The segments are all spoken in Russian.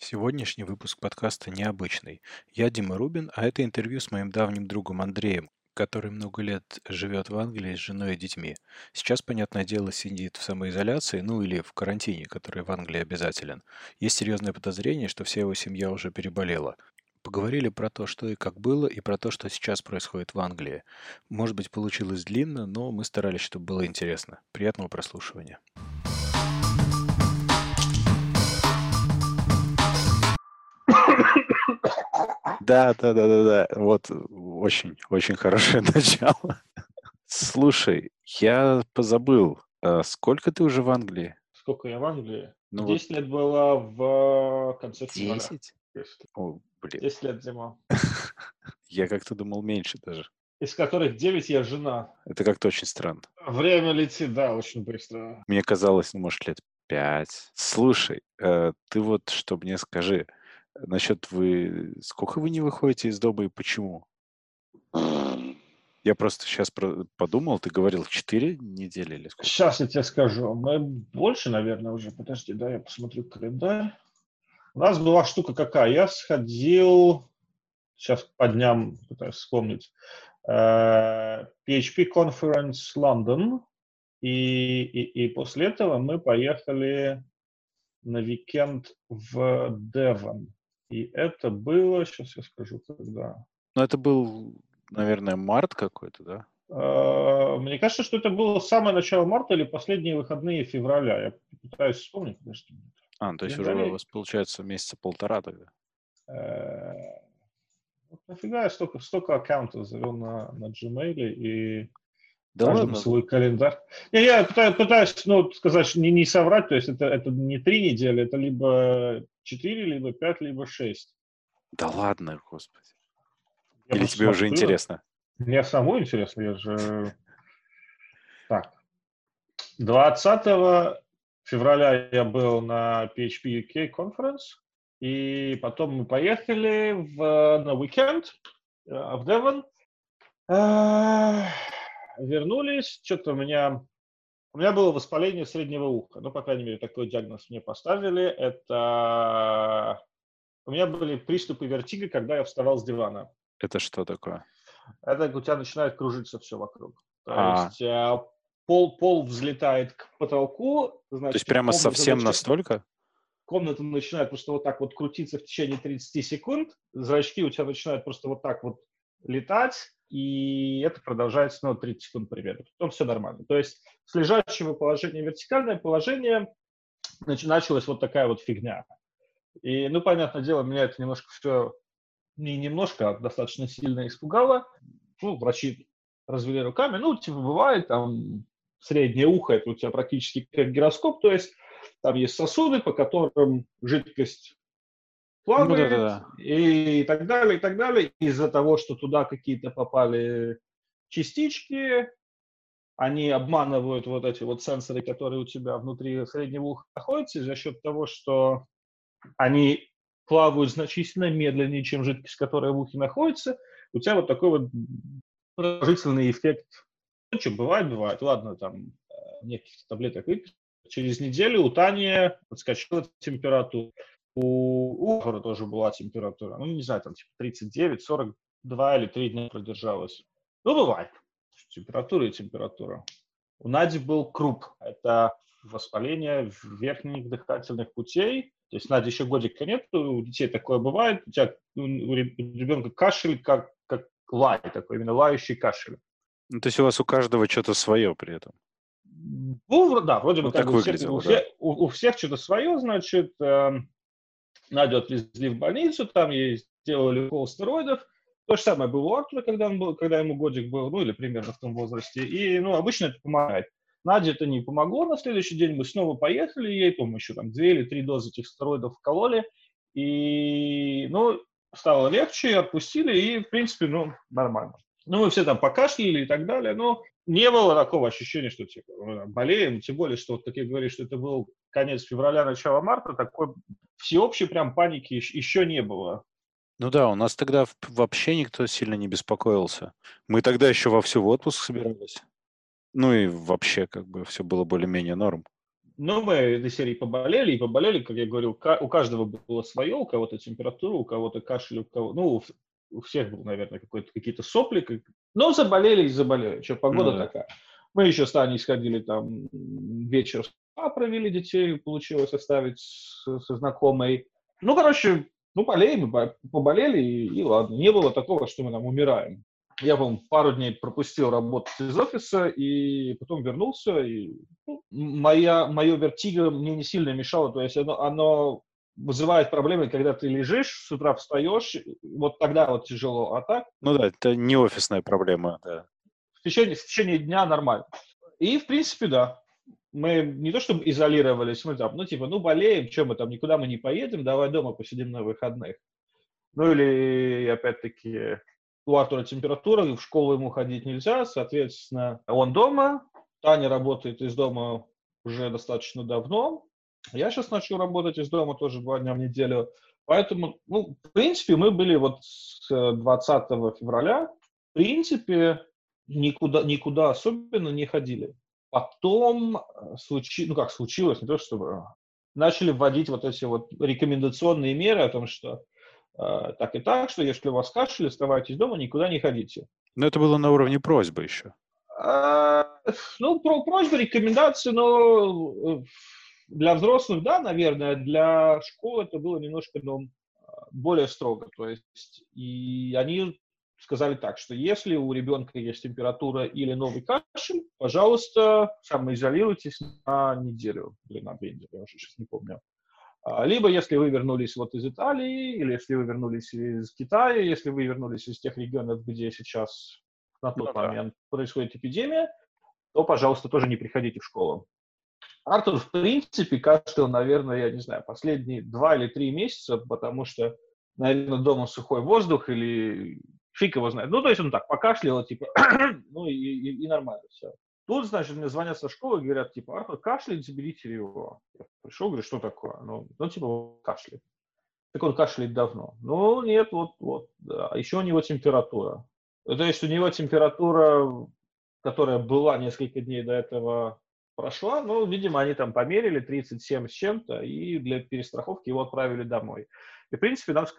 Сегодняшний выпуск подкаста необычный. Я Дима Рубин, а это интервью с моим давним другом Андреем, который много лет живет в Англии с женой и детьми. Сейчас, понятное дело, сидит в самоизоляции, ну или в карантине, который в Англии обязателен. Есть серьезное подозрение, что вся его семья уже переболела. Поговорили про то, что и как было, и про то, что сейчас происходит в Англии. Может быть, получилось длинно, но мы старались, чтобы было интересно. Приятного прослушивания. Да. Вот очень, очень хорошее начало. Слушай, я позабыл, сколько ты уже в Англии? Сколько я в Англии? Ну вот 10 лет было в конце февраля. 10? 10 лет. О, блин. 10 лет зима. Я как-то думал меньше даже. Из которых 9 я жена. Это как-то очень странно. Время летит, да, очень быстро. Мне казалось, ну, может, лет 5. Слушай, ты вот что мне скажи насчет сколько вы не выходите из дома и почему? Я просто сейчас подумал, ты говорил 4 недели или сколько? Сейчас я тебе скажу. Мы больше, наверное, уже. Подожди, да, я посмотрю календарь. У нас была штука какая. Я сходил, сейчас по дням пытаюсь вспомнить, PHP Conference London, и после этого мы поехали на уикенд в Девон. И это было, сейчас я скажу, когда. Ну, это был, наверное, март какой-то, да? Мне кажется, что это было самое начало марта или последние выходные февраля. Я пытаюсь вспомнить, подожди. А, ну, В то есть уже у календаре. вас получается месяца полтора тогда. э, Вот нафига я столько аккаунтов завел на Gmail и Да каждому ладно, свой календарь. Не, я пытаюсь, ну, сказать, не соврать, то есть это не 3 недели, это либо 4, либо 5, либо 6. да ладно, господи. Я Или просто тебе уже смотрю, интересно? мне самому интересно, я же. Так, 20 февраля я был на PHP UK Conference, и потом мы поехали на уикенд в Девон. А, Вернулись, что-то у меня было воспаление среднего уха. Ну, по крайней мере, такой диагноз мне поставили. Это у меня были приступы вертига, когда я вставал с дивана. Это что такое? Это у тебя начинает кружиться все вокруг. То А, есть пол взлетает к потолку, то есть значит, прямо совсем настолько? комната начинает просто вот так вот крутиться в течение 30 секунд, зрачки у тебя начинают просто вот так вот летать, и это продолжается, ну, 30 секунд примерно. Потом все нормально. То есть с лежачего положения в вертикальное положение началась вот такая вот фигня. И, ну, понятное дело, меня это немножко все, не немножко, а достаточно сильно испугало. Ну, врачи развели руками. Ну, типа, бывает, там, среднее ухо, это у тебя практически как гироскоп, то есть там есть сосуды, по которым жидкость Ну плавает да-да-да. и так далее, и так далее. Из-за того, что туда какие-то попали частички, они обманывают вот эти вот сенсоры, которые у тебя внутри среднего уха находятся, и за счет того, что они плавают значительно медленнее, чем жидкость, которая в ухе находится, у тебя вот такой вот продолжительный эффект. Ну, что, бывает. Ладно, там неких таблеток выпить. Через неделю у Тани подскочила температура. У Егора тоже была температура. Ну, не знаю, там типа 39, 42 или 3 дня продержалась. Ну, бывает. Температура и температура. У Нади был круп. Это воспаление верхних дыхательных путей. То есть Наде еще годика нет, у детей такое бывает. У тебя у ребенка кашель, как лай такой, именно лающий кашель. Ну, то есть у вас у каждого что-то свое при этом. Ну, да, вроде бы Ну, как так бы выглядело, да. у всех что-то свое, значит, Надю отвезли в больницу, там ей сделали укол стероидов. То же самое было у Артура, когда ему годик был, ну или примерно в том возрасте. И, ну, обычно это помогает. Наде это не помогло, на следующий день мы снова поехали, ей, по-моему, еще там 2 или 3 дозы этих стероидов вкололи. И, ну, стало легче, отпустили, и, в принципе, ну, нормально. Ну, мы все там покашляли и так далее, но не было такого ощущения, что типа болеем, тем более, что, вот, как я говорю, что это был конец февраля, начало марта, такой всеобщей прям паники еще не было. Ну да, у нас тогда вообще никто сильно не беспокоился. Мы тогда еще вовсю в отпуск собирались. Ну и вообще как бы все было более-менее норм. Ну, мы этой серии поболели и поболели, как я говорил, у каждого было свое, у кого-то температура, у кого-то кашель, у кого, ну, у всех был, наверное, какие-то сопли, но заболели и заболели, что Ну погода да. такая. Мы еще с Таней сходили там, вечер в спа провели детей, получилось оставить со знакомой. Ну, короче, ну, болеем, поболели, и ладно. Не было такого, что мы там умираем. Я, по-моему, пару дней пропустил работать из офиса, и потом вернулся, и ну, мое вертиго мне не сильно мешало, то есть оно вызывает проблемы, когда ты лежишь, с утра встаешь, вот тогда вот тяжело, а так Ну да, это не офисная проблема, да. в течение дня нормально. И, в принципе, да, мы не то чтобы изолировались, мы там, ну, типа, ну, болеем, что мы там, никуда мы не поедем, давай дома посидим на выходных. Ну, или, опять-таки, у Артура температура, в школу ему ходить нельзя, соответственно, он дома, Таня работает из дома уже достаточно давно, я сейчас начал работать из дома тоже 2 дня в неделю, поэтому, ну, в принципе, мы были вот с 20 февраля, в принципе, никуда особенно не ходили. Потом ну как случилось, не то чтобы начали вводить вот эти вот рекомендационные меры о том, что так и так, что если у вас кашель, оставайтесь дома, никуда не ходите. Но это было на уровне просьбы еще. А, ну, просьбы, рекомендации, но для взрослых, да, наверное, для школы это было немножко, ну, более строго. То есть, и они сказали так, что если у ребенка есть температура или новый кашель, пожалуйста, самоизолируйтесь на неделю или на 2 недели, я уже сейчас не помню. Либо если вы вернулись вот из Италии, или если вы вернулись из Китая, если вы вернулись из тех регионов, где сейчас на Ну тот да. момент происходит эпидемия, то, пожалуйста, тоже не приходите в школу. Артур, в принципе, кашлял, наверное, я не знаю, последние 2 или 3 месяца, потому что, наверное, дома сухой воздух или фиг его знает. Ну, то есть он так покашлял, типа, ну и нормально все. Тут, значит, мне звонят со школы, говорят, типа, Артур кашляет, заберите его. Я пришел, говорю, что такое? Ну типа, кашляет. Так он кашляет давно. Ну, нет, вот, да. Еще у него температура. То есть у него температура, которая была несколько дней до этого, прошла, но, видимо, они там померили 37 с чем-то, и для перестраховки его отправили домой. И, в принципе, нам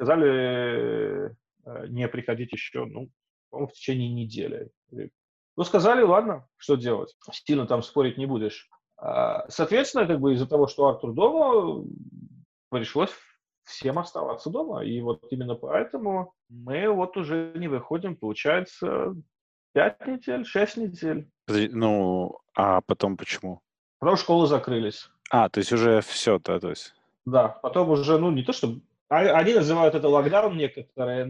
сказали не приходить еще, ну, по-моему, в течение недели. Ну, сказали, ладно, что делать? Сильно там спорить не будешь. Соответственно, как бы из-за того, что Артур дома, пришлось всем оставаться дома. И вот именно поэтому мы вот уже не выходим, получается, 5 недель, 6 недель. Ну, а потом почему? Потому что школы закрылись. То есть уже все, да, то есть. Да, потом уже, ну, не то чтобы... Они называют это локдаун некоторые,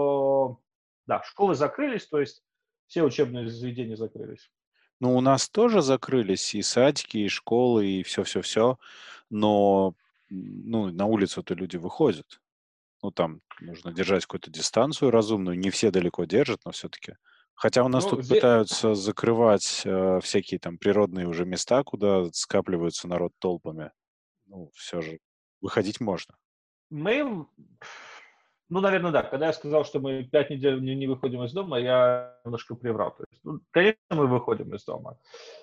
но да, школы закрылись, то есть все учебные заведения закрылись. Ну, у нас тоже закрылись и садики, и школы, и все-все-все, но, ну, на улицу-то люди выходят. Ну, там нужно держать какую-то дистанцию разумную. Не все далеко держат, но все-таки. Хотя у нас Ну, тут пытаются закрывать всякие там природные уже места, куда скапливается народ толпами. Ну, все же выходить можно. мы, ну, наверное, да. Когда я сказал, что мы 5 недель не выходим из дома, я немножко приврал. То есть, ну, конечно, мы выходим из дома,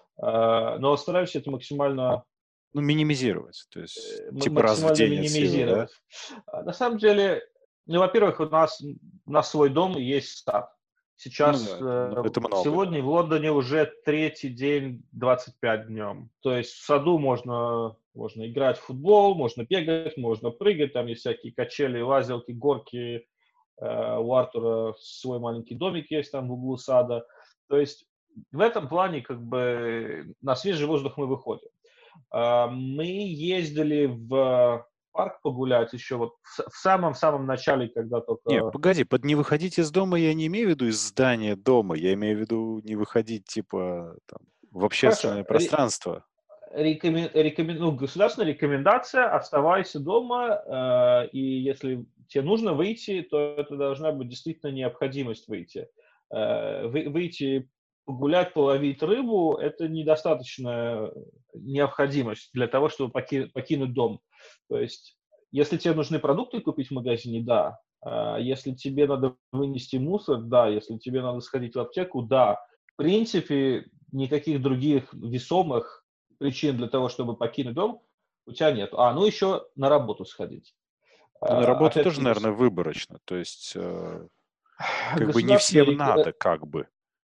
но стараемся это максимально Ну, минимизировать. То есть, типа раз в максимально день от силы, да? минимизировать. На самом деле, ну, во-первых, у нас свой дом и есть сад. Ну да, Сейчас, это много, да. сегодня в Лондоне уже третий день 25 днем. То есть в саду можно играть в футбол, можно бегать, можно прыгать, там есть всякие качели, лазилки, горки. У Артура свой маленький домик есть там в углу сада. То есть в этом плане как бы на свежий воздух мы выходим. Мы ездили в парк погулять еще вот в самом-самом начале, когда Не, только... погоди, под не выходить из дома я не имею в виду из здания дома, я имею в виду не выходить, типа, там, в Хорошо, общественное пространство. ну, государственная рекомендация, оставайся дома, и если тебе нужно выйти, то это должна быть действительно необходимость выйти. Выйти погулять, половить рыбу – это недостаточная необходимость для того, чтобы покинуть дом. То есть, если тебе нужны продукты купить в магазине, да. Если тебе надо вынести мусор, да. Если тебе надо сходить в аптеку, да. В принципе, никаких других весомых причин для того, чтобы покинуть дом, у тебя нет. Ну еще на работу сходить. Ну, на работу тоже, Опять-таки, наверное, выборочно. То есть, как бы не государственная всем надо, как бы.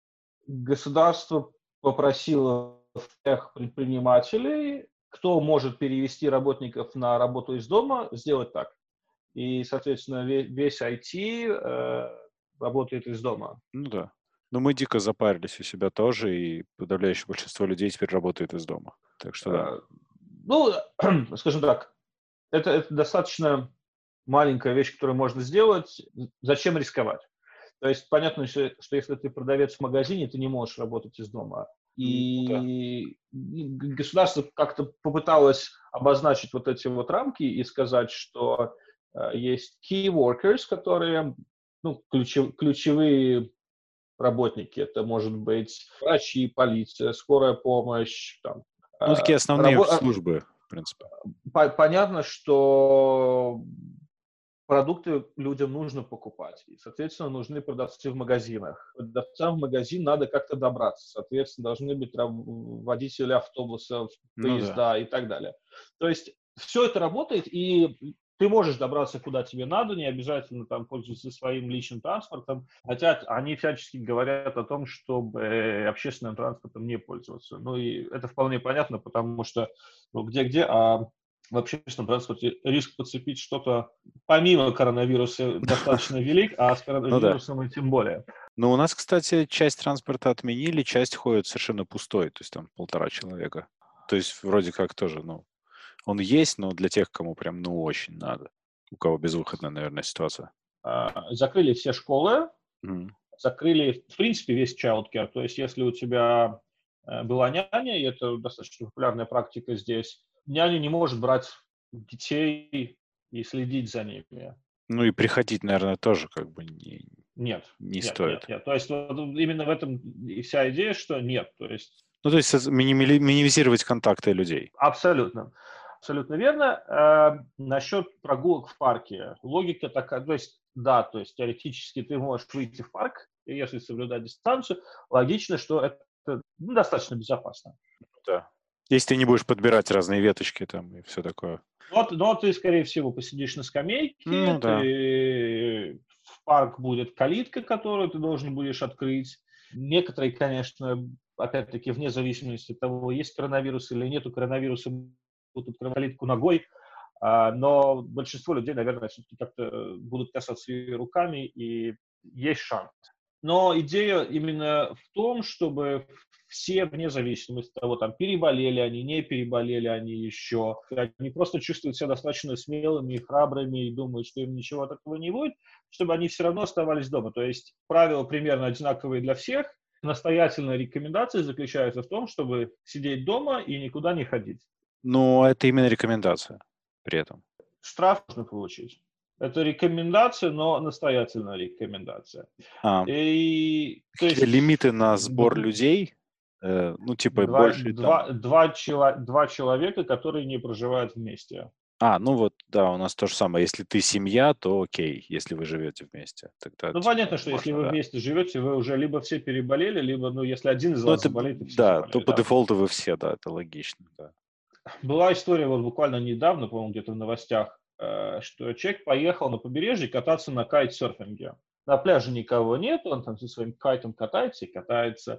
государство попросило всех предпринимателей, кто может перевести работников на работу из дома, сделать так. И, соответственно, весь IT работает из дома. Ну да. Но мы дико запарились у себя тоже, и подавляющее большинство людей теперь работает из дома. Так что да. Э, Ну, скажем так, это достаточно маленькая вещь, которую можно сделать. Зачем рисковать? То есть понятно, что если ты продавец в магазине, ты не можешь работать из дома. Ну да. И государство как-то попыталось обозначить вот эти вот рамки и сказать, что есть key workers, которые, ну, ключевые работники. Это может быть врачи, полиция, скорая помощь. Там, Ну, э, такие основные рабо- службы, в принципе. Понятно, что продукты людям нужно покупать, и, соответственно, нужны продавцы в магазинах. Продавцам в магазин надо как-то добраться, соответственно, должны быть водители автобусов, Ну да. поезда и так далее. То есть все это работает, и ты можешь добраться куда тебе надо, не обязательно там пользоваться своим личным транспортом, хотя они всячески говорят о том, чтобы общественным транспортом не пользоваться. Ну и это вполне понятно, потому что ну, где-где, а в общественном транспорте риск подцепить что-то помимо коронавируса достаточно велик, а с Ну да. коронавирусом и тем более. Но у нас, кстати, часть транспорта отменили, часть ходит совершенно пустой, то есть там 1,5 человека. То есть вроде как тоже, ну, он есть, но для тех, кому прям, ну, очень надо. У кого безвыходная, наверное, ситуация. Закрыли все школы, Мгм. закрыли, в принципе, весь childcare. То есть если у тебя была няня, и это достаточно популярная практика здесь, няня не может брать детей и следить за ними. Ну и приходить, наверное, тоже как бы Нет, не нет, нет, стоит. нет. То есть вот именно в этом и вся идея, что нет. То есть Ну, то есть минимизировать контакты людей. абсолютно. Абсолютно верно. Насчет прогулок в парке. Логика такая, то есть, да, то есть теоретически ты можешь выйти в парк, и если соблюдать дистанцию, логично, что это достаточно безопасно. Да. Если ты не будешь подбирать разные веточки там и все такое. Но ты, скорее всего, посидишь на скамейке, Ну да. в парк будет калитка, которую ты должен будешь открыть. Некоторые, конечно, опять-таки, вне зависимости от того, есть коронавирус или нету коронавируса, будут открывать калитку ногой, но большинство людей, наверное, все-таки как-то будут касаться ее руками, и есть шанс. Но идея именно в том, чтобы все, вне зависимости от того, там, переболели они, не переболели они еще, они просто чувствуют себя достаточно смелыми и храбрыми и думают, что им ничего такого не будет, чтобы они все равно оставались дома. То есть правила примерно одинаковые для всех. Настоятельная рекомендация заключается в том, чтобы сидеть дома и никуда не ходить. Но это именно рекомендация при этом. Штраф можно получить. Это рекомендация, но настоятельная рекомендация. А, И, то какие-то есть лимиты на сбор людей? Ну, типа два, больше два, там. два, два человека, которые не проживают вместе. Ну вот, да, у нас то же самое. Если ты семья, то окей, если вы живете вместе, тогда Ну, типа понятно, что если можно, вы да. вместе живете, вы уже либо все переболели, либо, ну, если один из Ну вас это, заболеет, то все да, то заболели, по да. дефолту вы все, да, это логично, да. Была история вот буквально недавно, по-моему, где-то в новостях, что человек поехал на побережье кататься на кайтсерфинге. На пляже никого нет, он там со своим кайтом катается и катается.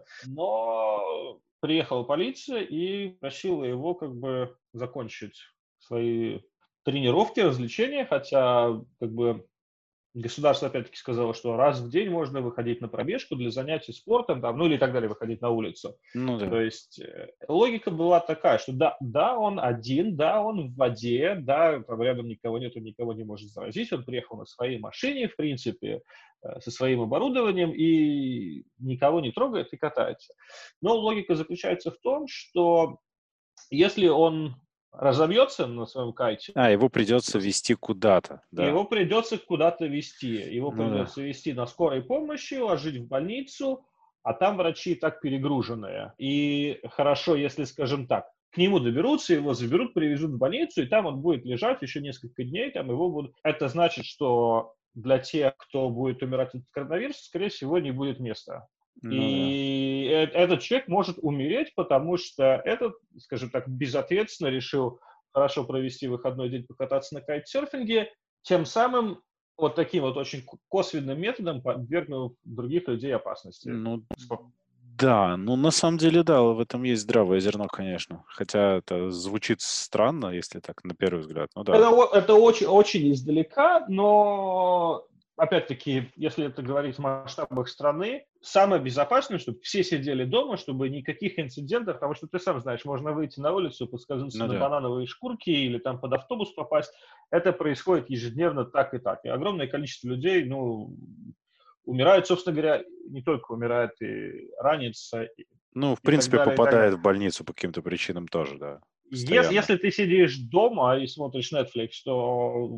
Но приехала полиция и просила его как бы закончить свои тренировки, развлечения, хотя как бы государство опять-таки сказало, что раз в день можно выходить на пробежку для занятий спортом, там, ну или так далее, выходить на улицу. Ну То да. есть логика была такая, что да, он один, да, он в воде, да, там рядом никого нет, он никого не может заразить, он приехал на своей машине, в принципе, со своим оборудованием и никого не трогает и катается. Но логика заключается в том, что если он разобьется на своем кайте, Его придется везти куда-то, да. его придется куда-то везти. Его Ну да. придется везти на скорой помощи, ложить в больницу, а там врачи и так перегруженные. И хорошо, если, скажем так, к нему доберутся, его заберут, привезут в больницу, и там он будет лежать еще несколько дней, там его будут... Это значит, что для тех, кто будет умирать от коронавируса, скорее всего, не будет места. Ну да. И этот человек может умереть, потому что этот, скажем так, безответственно решил хорошо провести выходной день, покататься на кайтсерфинге, тем самым вот таким вот очень косвенным методом подвергнув других людей опасности. Ну да, ну на самом деле, да, в этом есть здравое зерно, конечно. Хотя это звучит странно, если так, на первый взгляд. Ну да. Это очень, очень издалека, но опять-таки, если это говорить в масштабах страны, самое безопасное, чтобы все сидели дома, чтобы никаких инцидентов, потому что ты сам знаешь, можно выйти на улицу, подскользнуться Ну на да. банановые шкурки или там под автобус попасть. Это происходит ежедневно так и так. И огромное количество людей, ну, умирают, собственно говоря, не только умирают, и ранятся, Ну, в и так принципе, далее, и так далее. попадает в больницу по каким-то причинам тоже, да, Если, постоянно. если ты сидишь дома и смотришь Netflix, то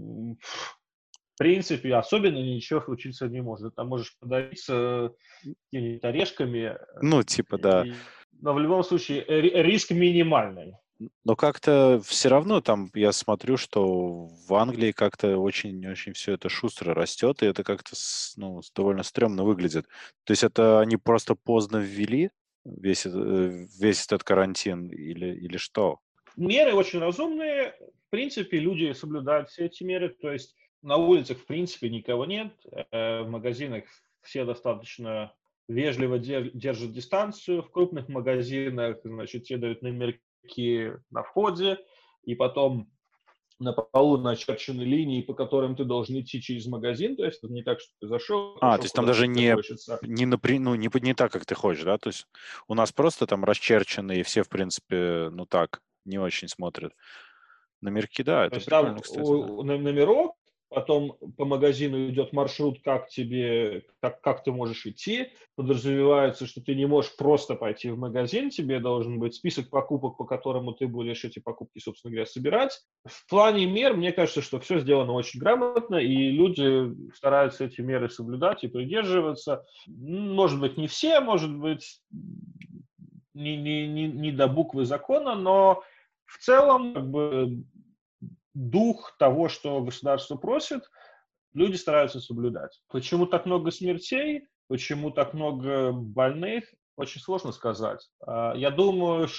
в принципе, особенно ничего случиться не может. Там можешь подавиться какими-нибудь орешками, Ну, типа, да. но в любом случае риск минимальный. Но как-то все равно там я смотрю, что в Англии как-то очень-очень все это шустро растет, и это как-то ну, довольно стрёмно выглядит. То есть это они просто поздно ввели весь этот карантин или что? Меры очень разумные. В принципе, люди соблюдают все эти меры. То есть на улицах, в принципе, никого нет. В магазинах все достаточно вежливо держат дистанцию. В крупных магазинах, значит, тебе дают номерки на входе, и потом на полу начерчены линии, по которым ты должен идти через магазин. То есть это не так, что ты зашел, То пошел есть там куда-то даже сосредоточиться. не так, как ты хочешь, да? То есть у нас просто там расчерчены, и все, в принципе, ну так, не очень смотрят. Номерки, да, То это есть там прикольно, кстати, да. номерок, потом по магазину идет маршрут, как тебе, как ты можешь идти. Подразумевается, что ты не можешь просто пойти в магазин, тебе должен быть список покупок, по которому ты будешь эти покупки, собственно говоря, собирать. В плане мер, мне кажется, что все сделано очень грамотно, и люди стараются эти меры соблюдать и придерживаться. Может быть, не все, может быть, не до буквы закона, но в целом как бы дух того, что государство просит, люди стараются соблюдать. Почему так много смертей, почему так много больных, очень сложно сказать. Я думаю,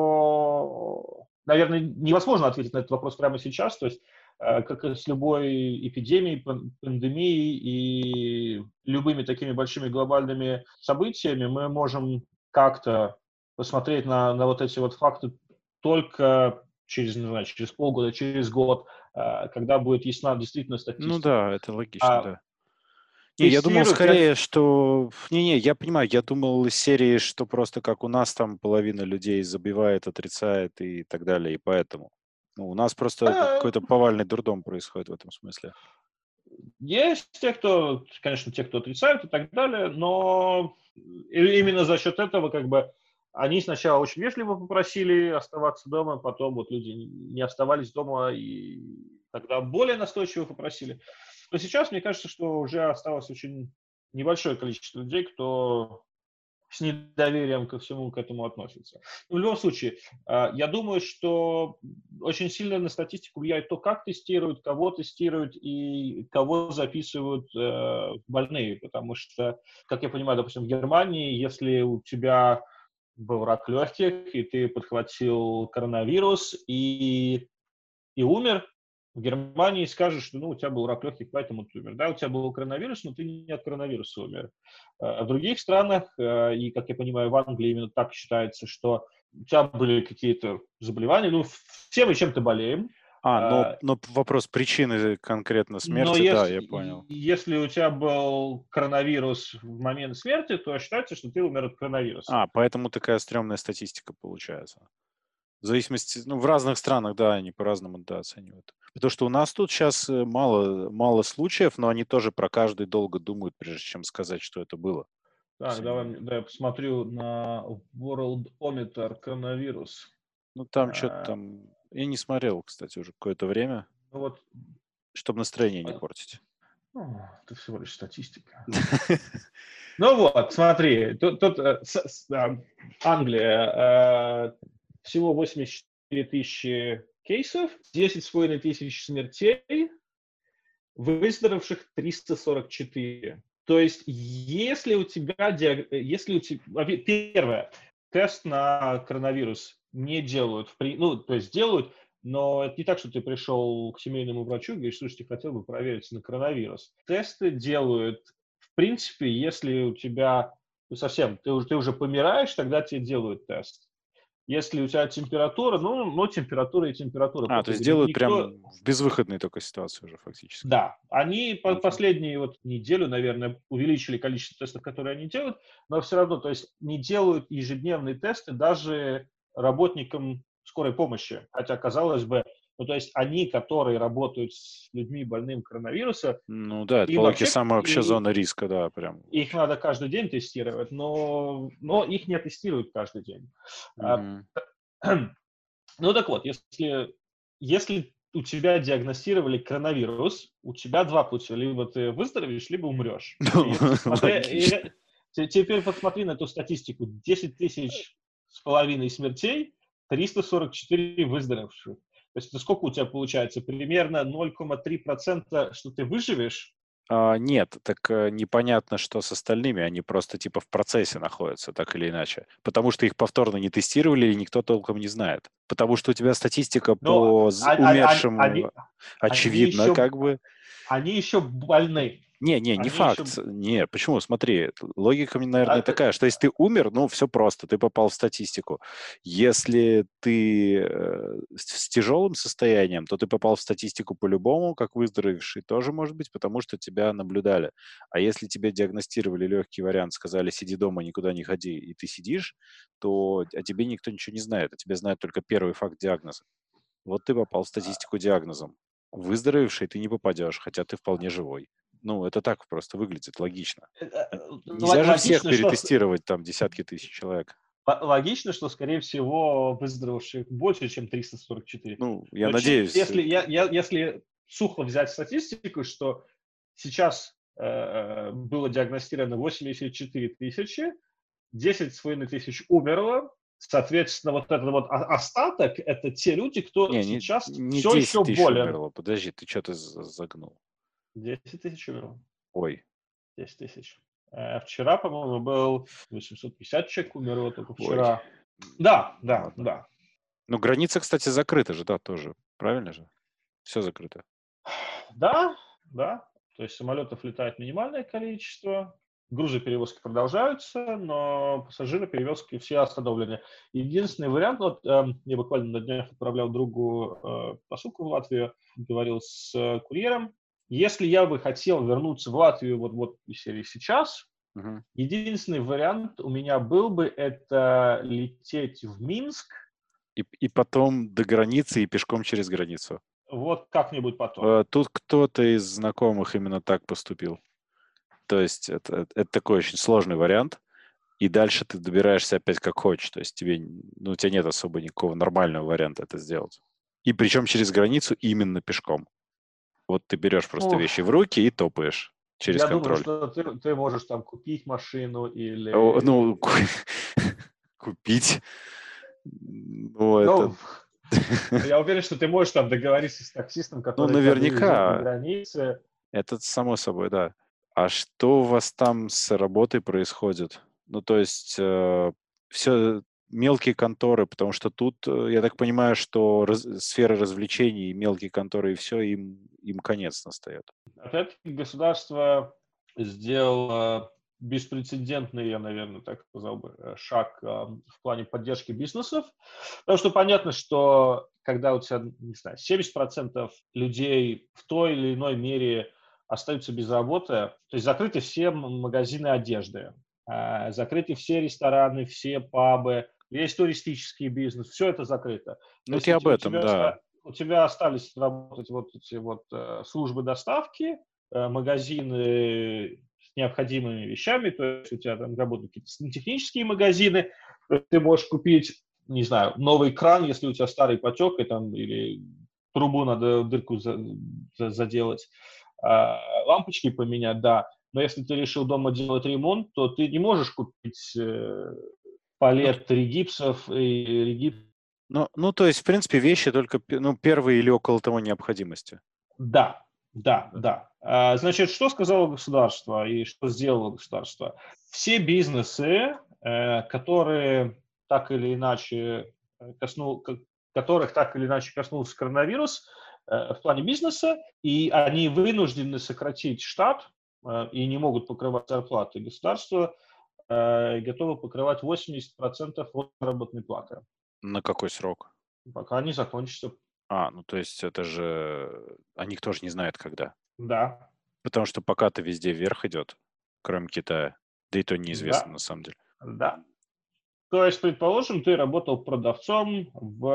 что, наверное, невозможно ответить на этот вопрос прямо сейчас. То есть, как и с любой эпидемией, пандемией и любыми такими большими глобальными событиями, мы можем как-то посмотреть на вот эти вот факты только через, не знаю, через полгода, через год, когда будет ясна действительно Ну статистика. да, это логично, А да. Не, я думал тестируют, я... скорее, что... Не-не, я понимаю, я думал из серии, что просто как у нас там половина людей забивает, отрицает и так далее, и поэтому. Ну, у нас просто э, какой-то повальный дурдом происходит в этом смысле. Есть те, кто, конечно, те, кто отрицают и так далее, но именно за счет этого как бы они сначала очень вежливо попросили оставаться дома, потом вот люди не оставались дома и тогда более настойчиво попросили. Но сейчас мне кажется, что уже осталось очень небольшое количество людей, кто с недоверием ко всему к этому относится. В любом случае, я думаю, что очень сильно на статистику влияет то, как тестируют, кого тестируют и кого записывают в больные. Потому что, как я понимаю, допустим, в Германии, если у тебя был рак легких, и ты подхватил коронавирус и умер, в Германии скажешь, что ну, у тебя был рак легких, поэтому ты умер. Да, у тебя был коронавирус, но ты не от коронавируса умер. В других странах, и, как я понимаю, в Англии именно так считается, что у тебя были какие-то заболевания, ну, все мы чем-то болеем, Но, э, но вопрос причины конкретно но смерти, да, если, я понял. если у тебя был коронавирус в момент смерти, то считается, что ты умер от коронавируса. Поэтому такая стрёмная статистика получается. В зависимости, ну, в разных странах, да, они по-разному, да, оценивают. Потому что у нас тут сейчас мало случаев, но они тоже про каждый долго думают, прежде чем сказать, что это было. То есть Так, они, да, я посмотрю на Worldometer коронавирус. ну, там что-то Э, там... Я не смотрел, кстати, уже какое-то время, ну вот чтобы настроение не портить. ну, это всего лишь статистика. Ну вот, смотри, тут Англия, всего 84 тысячи кейсов, 10,5 тысяч смертей, выздоровевших 344. То есть, если у тебя, первое, тест на коронавирус не делают, ну, то есть делают, но это не так, что ты пришел к семейному врачу и говоришь, слушайте, хотел бы провериться на коронавирус. Тесты делают, в принципе, если у тебя совсем, ты уже помираешь, тогда тебе делают тест. Если у тебя температура, ну температура и температура. То Просто есть говорю, делают никто, прям в безвыходной только ситуации уже фактически. да, они Окей. последние вот неделю, наверное, увеличили количество тестов, которые они делают, но все равно, то есть не делают ежедневные тесты даже работникам скорой помощи. Хотя, казалось бы, ну, то есть они, которые работают с людьми больным коронавирусом, Ну да, это по им логике вообще, самая вообще зона риска, да, прям их вообще. надо каждый день тестировать, но их не тестируют каждый день. А, Мгм. Ну так вот, если у тебя диагностировали коронавирус, у тебя два пути: либо ты выздоровеешь, либо умрешь. Ну, логично. Теперь посмотри на эту статистику: 10,5 тысяч смертей, 344 выздоровевших. То есть это сколько у тебя получается? Примерно 0,3%, что ты выживешь. Нет, так непонятно, что с остальными. Они просто типа в процессе находятся, так или иначе. Потому что их повторно не тестировали, и никто толком не знает. Потому что у тебя статистика Но по умершим они очевидно, еще как бы. они еще больны. Не Они еще... факт. Не, почему? Смотри, логика, наверное, а, такая, что если ты умер, ну, все просто, ты попал в статистику. Если ты с тяжелым состоянием, то ты попал в статистику по-любому, как выздоровевший тоже может быть, потому что тебя наблюдали. А если тебе диагностировали легкий вариант, сказали, сиди дома, никуда не ходи, и ты сидишь, то о тебе никто ничего не знает, о тебе знают только первый факт диагноза. Вот ты попал в статистику диагнозом. Выздоровевший ты не попадешь, хотя ты вполне живой. Ну, это так просто выглядит логично. Нельзя же всех Логично, что перетестировать, там, десятки тысяч человек. логично, что, скорее всего, выздоровевших больше, чем 344. Ну, я Но надеюсь. если сухо взять статистику, что сейчас было диагностировано 84 тысячи, 10,5 тысяч умерло, соответственно, вот этот вот остаток – это те люди, кто сейчас Не все 10 еще тысяч болен. умерло. Подожди, ты что-то загнул. 10 тысяч умерло. Ой, 10 тысяч. Вчера, по-моему, был 850 человек умерло только ой. вчера. Да, да, Ладно. да. Ну, граница, кстати, закрыта же, да, тоже. Правильно же? Все закрыто. Да, да. То есть самолетов летает минимальное количество, грузоперевозки продолжаются, но пассажироперевозки все остановлены. Единственный вариант, вот я буквально на днях отправлял другу посылку в Латвию, говорил с курьером. Если я бы хотел вернуться в Латвию вот из серии сейчас, Мгм. единственный вариант у меня был бы это лететь в Минск, И потом до границы и пешком через границу. вот как-нибудь потом. Тут кто-то из знакомых именно так поступил. То есть это такой очень сложный вариант, и дальше ты добираешься опять как хочешь. То есть у тебя нет особо никакого нормального варианта это сделать. И причем через границу именно пешком. Вот ты берешь просто Ну, вещи в руки и топаешь через я думаю, контроль. что ты можешь там купить машину Ну, или... купить. Ну, это... Ну, я уверен, что ты можешь там договориться с таксистом, Ну, который тебя довезет до наверняка. границы. Это само собой, да. А что у вас там с работой происходит? Ну, то есть все мелкие конторы, потому что тут, я так понимаю, что сфера развлечений, и мелкие конторы, и все, им конец настает. Опять-таки государство сделало беспрецедентный, я, наверное, так сказал бы, шаг в плане поддержки бизнесов. Потому что понятно, что когда у тебя, не знаю, 70% людей в той или иной мере остаются без работы, то есть закрыты все магазины одежды, закрыты все рестораны, все пабы, весь туристический бизнес, все это закрыто. То Ну, есть ты об этом, да. у тебя остались работать вот эти вот службы доставки, магазины с необходимыми вещами, то есть у тебя там работают какие-то сантехнические магазины, то есть ты можешь купить, не знаю, новый кран, если у тебя старый потек, и там, или трубу надо дырку заделать, лампочки поменять, да. Но если ты решил дома делать ремонт, то ты не можешь купить Ну, палет регипсов и регипс. ну, то есть, в принципе, вещи только, ну, первые или около того необходимости. Да, Да, Да. да. Значит, что сказало государство и что сделало государство? Все бизнесы, которые так или иначе которых так или иначе коснулся коронавирус в плане бизнеса, и они вынуждены сократить штат и не могут покрывать зарплаты, государство готово покрывать 80% от заработной платы, На какой срок? пока не закончится. Ну то есть это же они тоже не знают, когда. Да, Потому что пока-то везде вверх идет, кроме Китая. Да и то неизвестно да, на самом деле. да. То есть, предположим, ты работал продавцом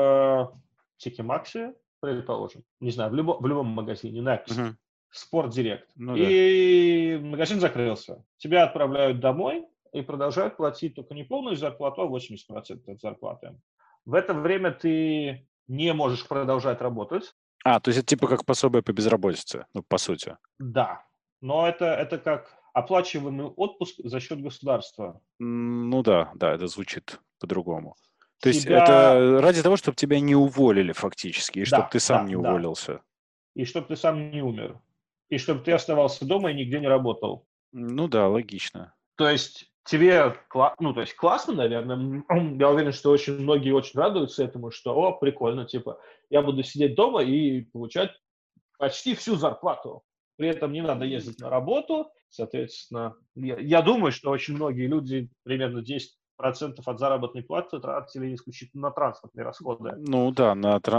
в Тикимаксе, предположим, не знаю, в любом магазине, Next, Мгм. Спортдирект, Ну да. и магазин закрылся. Тебя отправляют домой и продолжают платить только не полную зарплату, а 80% от зарплаты. В это время ты не можешь продолжать работать, То есть это типа как пособие по безработице, ну, по сути. да, но это как оплачиваемый отпуск за счет государства. Ну да, да, это звучит по-другому. То есть Тебя, это ради того, чтобы тебя не уволили фактически, и чтобы да, ты сам да, не да, уволился. и чтобы ты сам не умер, и чтобы ты оставался дома и нигде не работал. Ну да, логично. То есть тебе, ну, то есть классно, наверное. Я уверен, что очень многие очень радуются этому, что, о, прикольно, типа, я буду сидеть дома и получать почти всю зарплату. При этом не надо М, ездить на работу, соответственно. Я думаю, что очень многие люди, примерно 10% от заработной платы тратили исключительно на транспортные расходы. Ну да,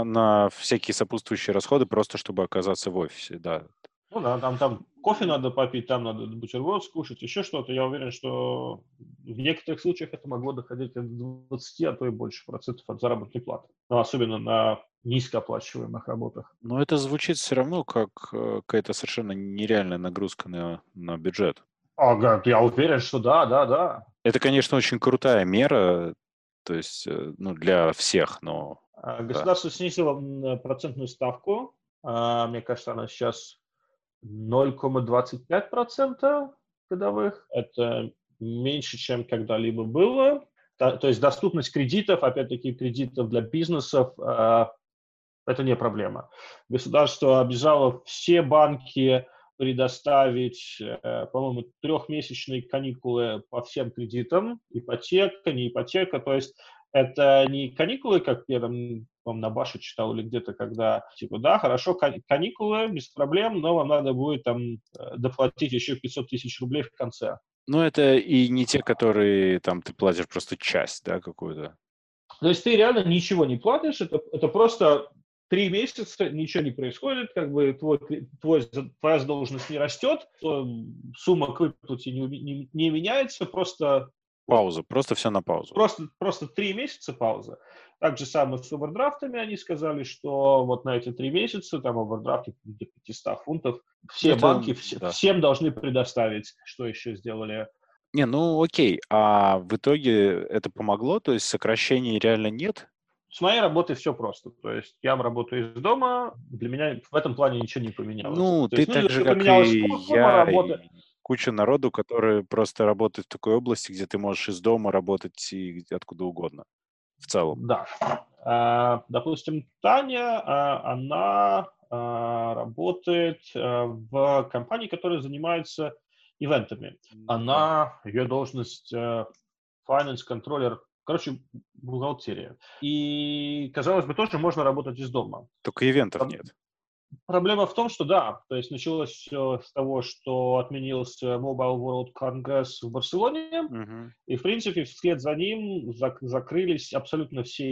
на всякие сопутствующие расходы, просто чтобы оказаться в офисе, да. Ну да, там кофе надо попить, там надо бутерброд скушать, еще что-то. Я уверен, что в некоторых случаях это могло доходить до 20, а то и больше процентов от заработной платы. Ну, особенно на низкооплачиваемых работах. Но это звучит все равно как какая-то совершенно нереальная нагрузка на бюджет. Ага, я уверен, что да, да, да. Это, конечно, очень крутая мера, то есть, ну, для всех, но да. Государство снизило процентную ставку. Мне кажется, она сейчас 0,25% годовых. Это меньше, чем когда-либо было. То есть доступность кредитов, опять-таки кредитов для бизнесов, это не проблема. Государство обязало все банки предоставить, по-моему, трехмесячные каникулы по всем кредитам, ипотека, не ипотека. То есть это не каникулы, как я там, на Баше читал или где-то, когда типа, да, хорошо, каникулы, без проблем, но вам надо будет там доплатить еще 500 тысяч рублей в конце. Но это и не те, которые там ты платишь просто часть, да, какую-то. То есть ты реально ничего не платишь, это просто 3 месяца, ничего не происходит, как бы твоя задолженность не растет, сумма к выплате не меняется, просто вот, Пауза, просто все на паузу. просто 3 месяца пауза. Так же самое с овердрафтами, они сказали, что вот на эти 3 месяца, там овердрафты до 500 фунтов, все Это, банки да. всем должны предоставить. Что еще сделали? Не, ну окей, а в итоге это помогло? То есть сокращений реально нет? С моей работой все просто. То есть я работаю из дома, для меня в этом плане ничего не поменялось. Ну, То ты есть, ну, так же, немножко как поменялась и форма я, работы. и куча народу, которые просто работают в такой области, где ты можешь из дома работать и откуда угодно в целом. Да. Допустим, Таня, она работает в компании, которая занимается ивентами. Ну да. Ее должность finance контроллер, короче, бухгалтерия. И, казалось бы, тоже можно работать из дома. Только ивентов нет. Проблема в том, что да, то есть началось все с того, что отменился Mobile World Congress в Барселоне, Мгм. и, в принципе, вслед за ним закрылись абсолютно все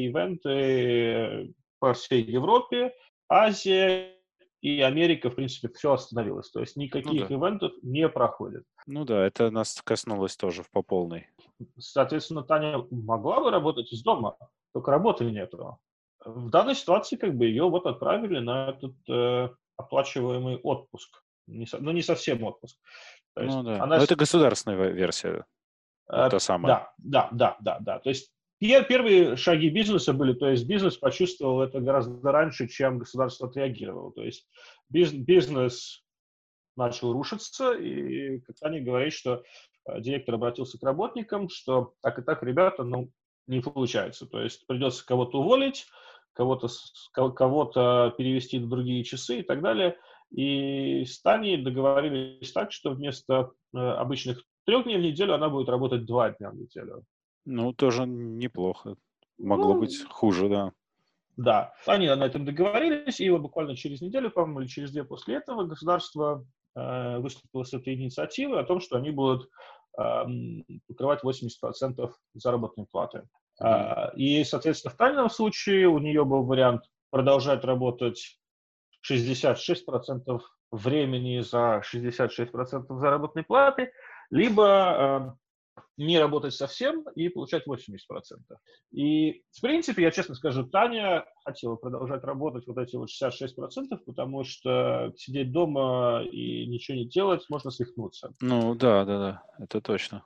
ивенты по всей Европе, Азия и Америка, в принципе, все остановилось. То есть Ну никаких да. ивентов не проходит. Ну да, это нас коснулось тоже по полной. Соответственно, Таня могла бы работать из дома, только работы нету. В данной ситуации как бы ее вот отправили на этот оплачиваемый отпуск. Ну, не совсем отпуск. То Ну есть да. она... Но это государственная версия. Вот та самая. Да, да, да, да, да. То есть первые шаги бизнеса были, то есть бизнес почувствовал это гораздо раньше, чем государство отреагировало. То есть бизнес начал рушиться, и как Таня говорит, что директор обратился к работникам, что так и так, ребята, ну, не получается. То есть придется кого-то уволить, кого-то перевести на другие часы и так далее. И с Таней договорились так, что вместо обычных 3 дней в неделю она будет работать 2 дня в неделю. Ну, тоже неплохо. Могло быть Ну, хуже, да. да, они на этом договорились, и вот буквально через неделю, по-моему, или через 2 после этого государство выступило с этой инициативой о том, что они будут покрывать 80% заработной платы. Мгм. И, соответственно, в данном случае у нее был вариант продолжать работать 66% времени за 66% заработной платы, либо не работать совсем и получать 80%. И, в принципе, я честно скажу, Таня хотела продолжать работать вот эти вот 66%, потому что сидеть дома и ничего не делать, можно свихнуться. Ну да, да-да, это точно.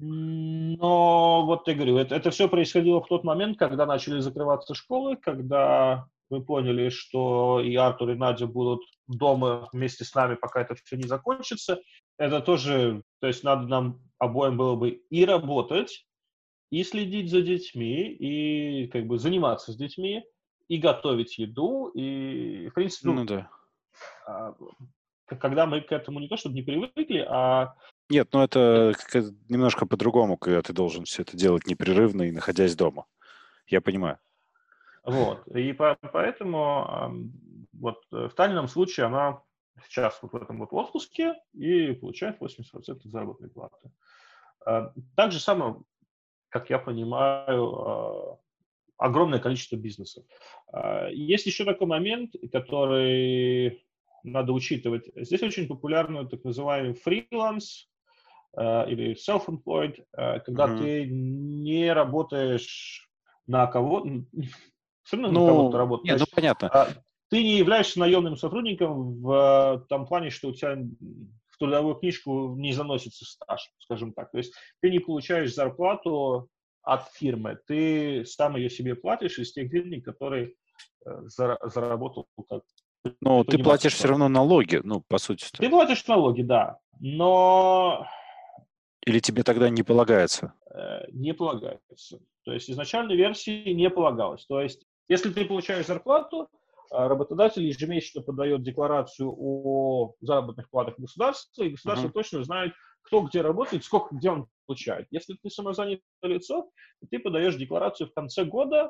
Но вот я говорю, это все происходило в тот момент, когда начали закрываться школы, когда мы поняли, что и Артур, и Надя будут дома вместе с нами, пока это все не закончится. Это тоже, то есть надо нам обоим было бы и работать, и следить за детьми, и как бы заниматься с детьми, и готовить еду, и, в принципе, Ну ну, да. а, когда мы к этому не то чтобы не привыкли, а Нет, ну это немножко по-другому, когда ты должен все это делать непрерывно и находясь дома. Я понимаю. вот. И поэтому вот в Танином случае она сейчас вот в этом вот отпуске и получает 80% заработной платы. Так же самое, как я понимаю, огромное количество бизнесов. Есть еще такой момент, который надо учитывать. Здесь очень популярный так называемый фриланс или self-employed, когда Мгм. ты не работаешь на кого, все равно на кого-то ты Ну, работаешь. То не, ну есть понятно. ты не являешься наемным сотрудником в том плане, что у тебя в трудовую книжку не заносится стаж, скажем так. То есть ты не получаешь зарплату от фирмы, ты сам ее себе платишь из тех денег, которые заработал как Но ты предприниматель. платишь все равно налоги, ну, по сути-то. Ты платишь налоги, да, но Или тебе тогда не полагается? не полагается. То есть изначальной версии не полагалось. То есть если ты получаешь зарплату, работодатель ежемесячно подает декларацию о заработных платах государства, и государство Мгм. точно знает, кто где работает, сколько где он получает. Если ты самозанятое лицо, ты подаешь декларацию в конце года.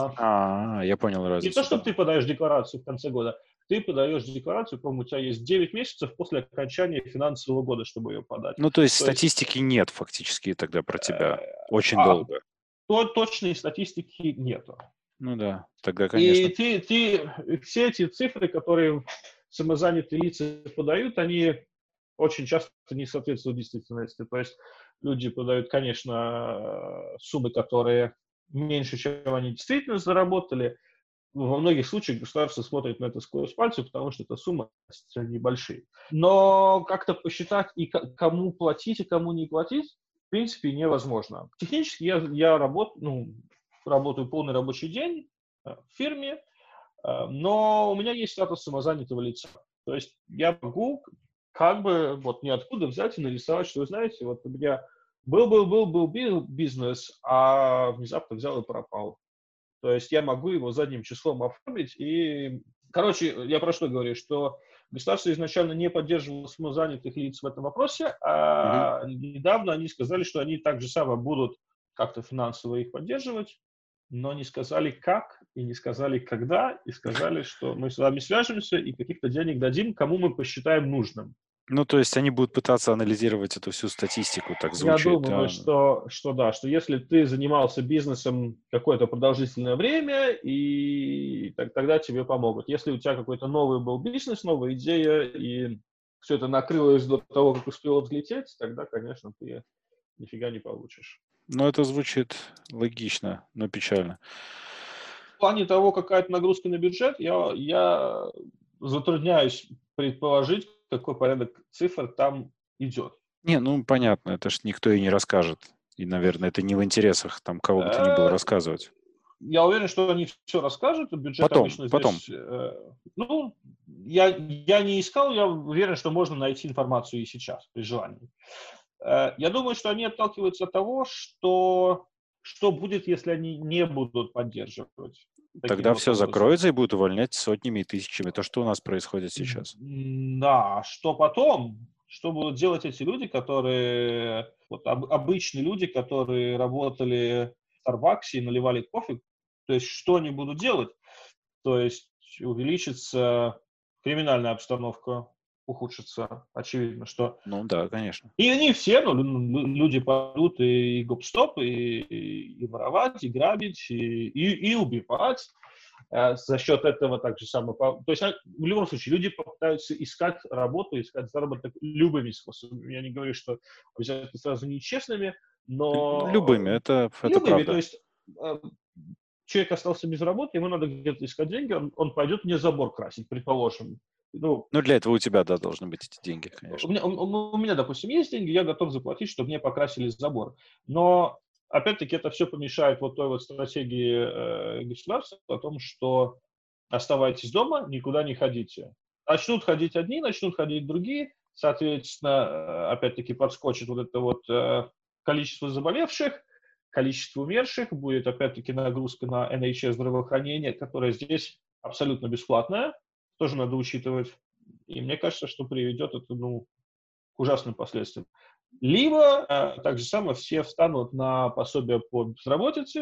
Я понял Не то, разницу, чтобы да. ты подаешь декларацию в конце года, ты подаешь декларацию, по-моему, у тебя есть 9 месяцев после окончания финансового года, чтобы ее подать. Ну, то есть То есть статистики нет фактически тогда про тебя. Очень а, долго. точной статистики нету. Ну да, тогда, И конечно. все эти цифры, которые самозанятые лица подают, они очень часто не соответствуют действительности. То есть люди подают, конечно, суммы, которые меньше, чем они действительно заработали. Во многих случаях государство смотрит на это сквозь пальцы, потому что это суммы небольшие. Но как-то посчитать и кому платить, и кому не платить, в принципе, невозможно. Технически я работаю полный рабочий день в фирме, но у меня есть статус самозанятого лица. То есть я могу как бы вот ниоткуда взять и нарисовать, что, вы знаете, вот у меня был бизнес, а внезапно взял и пропал. То есть я могу его задним числом оформить. И, короче, я про что говорю, что государство изначально не поддерживало самозанятых лиц в этом вопросе, Мгм. а недавно они сказали, что они так же само будут как-то финансово их поддерживать, но не сказали как и не сказали когда, и сказали, что мы с вами свяжемся и каких-то денег дадим, кому мы посчитаем нужным. Ну, то есть они будут пытаться анализировать эту всю статистику, так Я звучит, думаю, да. что да, что если ты занимался бизнесом какое-то продолжительное время, и тогда тебе помогут. Если у тебя какой-то новый был бизнес, новая идея, и все это накрылось до того, как успело взлететь, тогда, конечно, ты нифига не получишь. Ну, это звучит логично, но печально. В плане того, какая то нагрузка на бюджет, я затрудняюсь предположить, какой порядок цифр там идет. Не, ну понятно, это ж никто и не расскажет. И, наверное, это не в интересах там кого бы то ни было Э, рассказывать. Я уверен, что они все расскажут. Бюджет Потом, обычно потом. здесь, ну, я не искал, я уверен, что можно найти информацию и сейчас, при желании. Я думаю, что они отталкиваются от того, что будет, если они не будут поддерживать. таким Тогда вот все образом. закроется и будут увольнять сотнями и тысячами. То, что у нас происходит сейчас. Да, что потом? Что будут делать эти люди, которые, вот обычные люди, которые работали в "Старбаксе" и наливали кофе? То есть что они будут делать? То есть увеличится криминальная обстановка, ухудшится, очевидно, что Ну да, конечно. и они все, ну, люди пойдут и гоп-стоп, и воровать, и грабить, и убивать. За счет этого так же самое. То есть в любом случае люди попытаются искать работу, искать заработок любыми способами. Я не говорю, что обязательно сразу нечестными, Любыми, но это любыми. То правда. есть э, человек остался без работы, ему надо где-то искать деньги, он пойдет мне забор красить, предположим. Ну, Ну, для этого у тебя, да, должны быть эти деньги, у конечно. меня, у меня, допустим, есть деньги, я готов заплатить, чтобы мне покрасили забор. Но, опять-таки, это все помешает вот той вот стратегии государства о том, что оставайтесь дома, никуда не ходите. Начнут ходить одни, начнут ходить другие, соответственно, опять-таки, подскочит вот это вот количество заболевших, количество умерших, будет, опять-таки, нагрузка на NHS здравоохранение, которое здесь абсолютно бесплатное, тоже надо учитывать. И мне кажется, что приведет это, ну, к ужасным последствиям. Либо так же самое все встанут на пособие по безработице,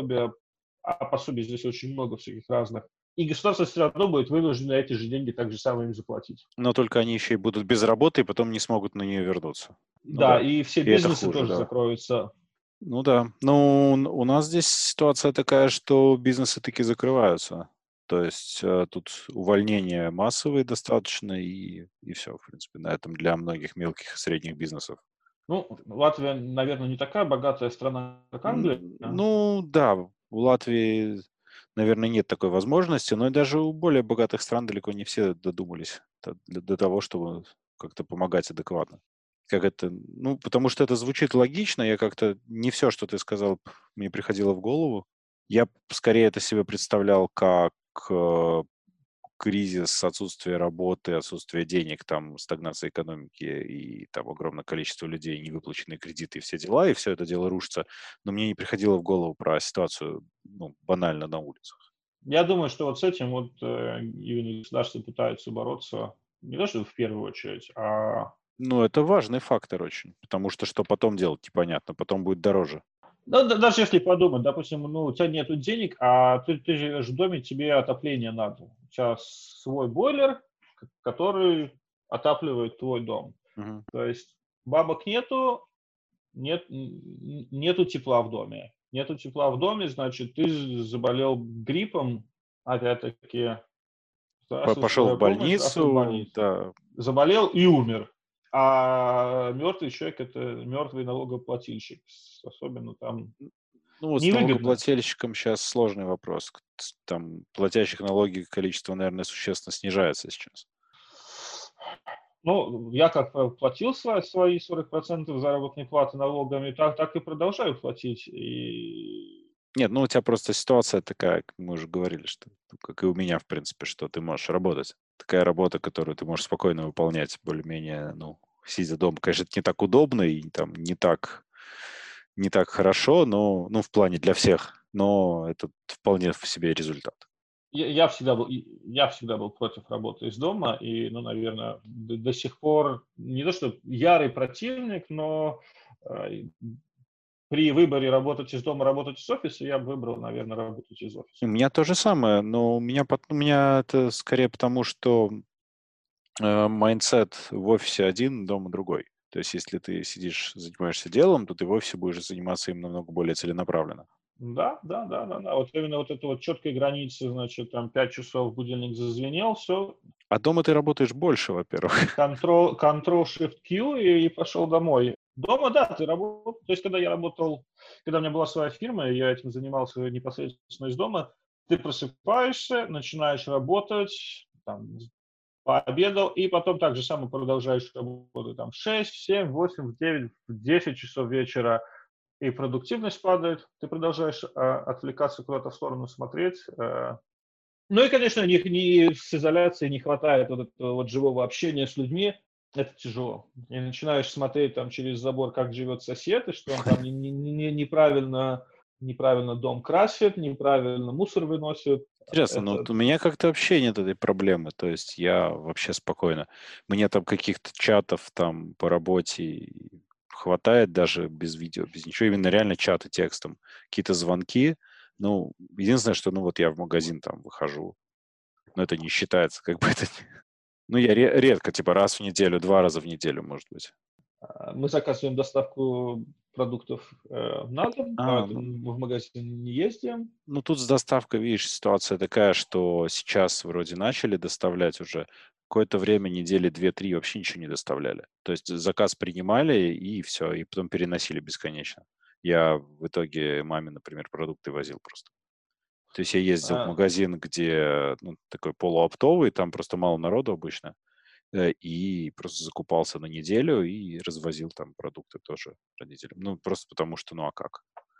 пособий здесь очень много всяких разных, и государство все равно будет вынуждено эти же деньги так же самое им заплатить. Но только они еще и будут без работы, и потом не смогут на нее вернуться. Ну Да, да. и все И это бизнесы хуже, тоже да. закроются. Ну да. Ну, у нас здесь ситуация такая, что бизнесы таки закрываются. То есть тут увольнения массовые достаточно, и все, в принципе, на этом для многих мелких и средних бизнесов. Ну, Латвия, наверное, не такая богатая страна, как Англия. Ну да, в Латвии, наверное, нет такой возможности, но и даже у более богатых стран далеко не все додумались до того, чтобы как-то помогать адекватно. Как это, ну, потому что это звучит логично, я как-то не все, что ты сказал, мне приходило в голову. Я скорее это себе представлял как э, кризис, отсутствие работы, отсутствие денег, там, стагнация экономики и там огромное количество людей, невыплаченные кредиты и все дела, и все это дело рушится. Но мне не приходило в голову про ситуацию, ну, банально на улицах. Я думаю, что вот с этим вот именно государство пытается бороться не то, что в первую очередь, а Ну, это важный фактор очень, потому что потом делать непонятно, потом будет дороже. да, даже если подумать, допустим, ну, у тебя нету денег, а ты живешь в доме, тебе отопление надо. У тебя свой бойлер, который отапливает твой дом. Мгм. То есть бабок нету, нету тепла в доме. Нету тепла в доме, значит, ты заболел гриппом, опять-таки, здравствуй, Пошел в скорая помощь, здравствуй, больницу, больница. да. Заболел и умер. А мертвый человек– это мертвый налогоплательщик. Особенно там Ну вот с невыгодно. налогоплательщиком сейчас сложный вопрос. Там платящих налоги количество, наверное, существенно снижается сейчас. Ну, я как платил свои 40% заработной платы налогами, так и продолжаю платить. И Нет, ну у тебя просто ситуация такая, как мы уже говорили, что, ну, как и у меня, в принципе, что ты можешь работать. Такая работа, которую ты можешь спокойно выполнять, более-менее, ну, сидя дома. Конечно, это не так удобно и там не так хорошо, но, ну, в плане для всех, но это вполне в себе результат. я всегда был против работы из дома, и, ну, наверное, до сих пор не то что ярый противник, но э, при выборе работать из дома, работать из офиса, я бы выбрал, наверное, работать из У офиса. меня то же самое, но у меня это скорее потому, что майндсет в офисе один, дома другой. То есть если ты сидишь, занимаешься делом, то ты в офисе будешь заниматься им намного более целенаправленно. Да, да, да, да, да. Вот именно вот эта вот четкая граница, значит, там 5 часов будильник зазвенел, все, А дома ты работаешь больше, во-первых. Ctrl-Shift-Q и пошел домой. Дома, да, ты работаешь. То есть, когда у меня была своя фирма, и я этим занимался непосредственно из дома, ты просыпаешься, начинаешь работать, там, пообедал, и потом так же самое продолжаешь работать там в 6, в 7, в 8, в 9, в 10 часов вечера, и продуктивность падает, ты продолжаешь отвлекаться куда-то в сторону, смотреть. Ну и, конечно, с изоляцией не хватает вот этого вот живого общения с людьми. Это тяжело. И начинаешь смотреть там через забор, как живет сосед, и что он там неправильно неправильно дом красят, неправильно мусор выносят. Интересно, но Это вот у меня как-то вообще нет этой проблемы. То есть я вообще спокойно. Мне там каких-то чатов там по работе хватает даже без видео, без ничего. Именно реально чаты текстом. Какие-то звонки. Ну, единственное, что, ну, вот я в магазин там выхожу, но это не считается, как бы это... Ну, я редко, типа раз в неделю, 2 раза в неделю, может быть. мы заказываем доставку продуктов на дом, Ну, поэтому в магазин не ездим. ну, тут с доставкой, видишь, ситуация такая, что сейчас вроде начали доставлять уже. Какое-то время, недели 2-3 вообще ничего не доставляли. То есть заказ принимали и все, и потом переносили бесконечно. Я в итоге маме, например, продукты возил просто. То есть я ездил в А, магазин, где ну, такой полуоптовый, там просто мало народу обычно, и просто закупался на неделю и развозил там продукты тоже на неделю. Ну, просто потому что, ну а как?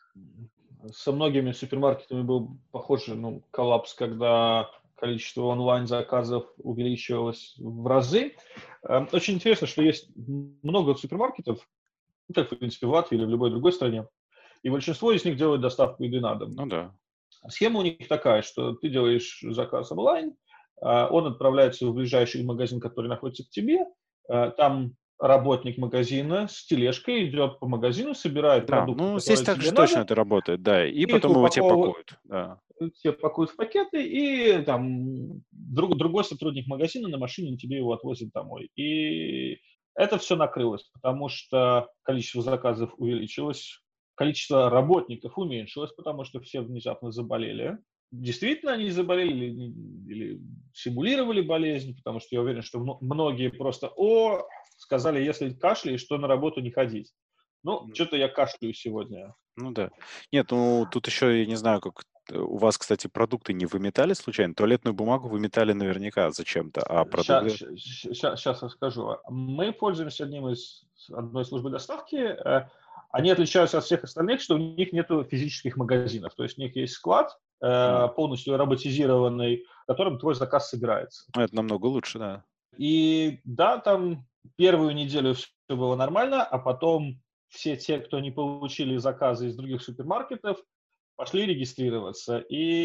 Со многими супермаркетами был похожий, ну, коллапс, когда количество онлайн-заказов увеличивалось в разы. Очень интересно, что есть много супермаркетов, ну, как, в принципе, в Латвии или в любой другой стране, и большинство из них делают доставку еды на дом. Ну да. Схема у них такая, что ты делаешь заказ онлайн, он отправляется в ближайший магазин, который находится к тебе, там работник магазина с тележкой идет по магазину, собирает Да, продукты, ну здесь которые так тебе же точно надо, это работает, да. И и их потом его тебе упаковывают, пакуют, да. те пакуют в пакеты, и там другой сотрудник магазина на машине тебе его отвозит домой. И это все накрылось, потому что количество заказов увеличилось, количество работников уменьшилось, потому что все внезапно заболели. Действительно они заболели или симулировали болезнь, потому что я уверен, что многие просто сказали, если кашляешь, то на работу не ходить. Ну, М, что-то я кашляю сегодня. Ну да. Нет, ну тут еще, я не знаю, как у вас, кстати, продукты не выметали случайно? Туалетную бумагу выметали наверняка зачем-то, а продукты... Сейчас расскажу. Мы пользуемся одной службой доставки. Они отличаются от всех остальных, что у них нет физических магазинов. То есть у них есть склад, А, полностью роботизированный, в котором твой заказ собирается. ну, это намного лучше, да. И да, там первую неделю все было нормально, а потом все те, кто не получили заказы из других супермаркетов, пошли регистрироваться,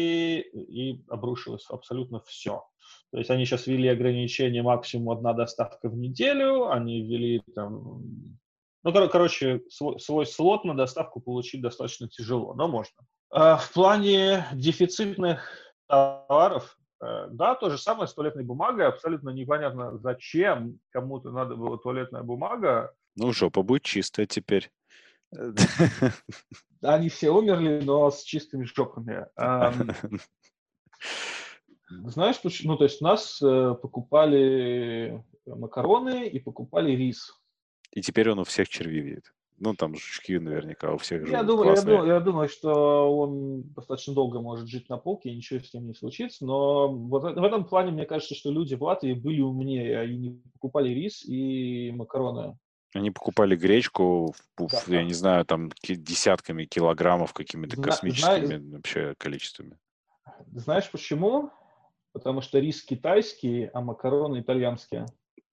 и обрушилось абсолютно все. То есть они сейчас ввели ограничение максимум одна доставка в неделю, они ввели там... Ну, короче, свой слот на доставку получить достаточно тяжело, но можно. В плане дефицитных товаров, да, то же самое с туалетной бумагой. Абсолютно непонятно, зачем кому-то надо было туалетная бумага. Ну, жопа будет чистая теперь. Они все умерли, но с чистыми жопами. Знаешь, почему? Ну, то есть у нас покупали макароны и покупали рис. И теперь он у всех червивеет. Ну, там жучки наверняка у всех Я живут думаю, я классные. думаю, я думаю, что он достаточно долго может жить на полке, и ничего с ним не случится. Но вот в этом плане мне кажется, что люди в Латвии были умнее. Они не покупали рис и макароны. Они покупали гречку, я Да. не знаю, там десятками килограммов, какими-то Зна- зна- космическими вообще количествами. Знаешь почему? Потому что рис китайский, а макароны итальянские.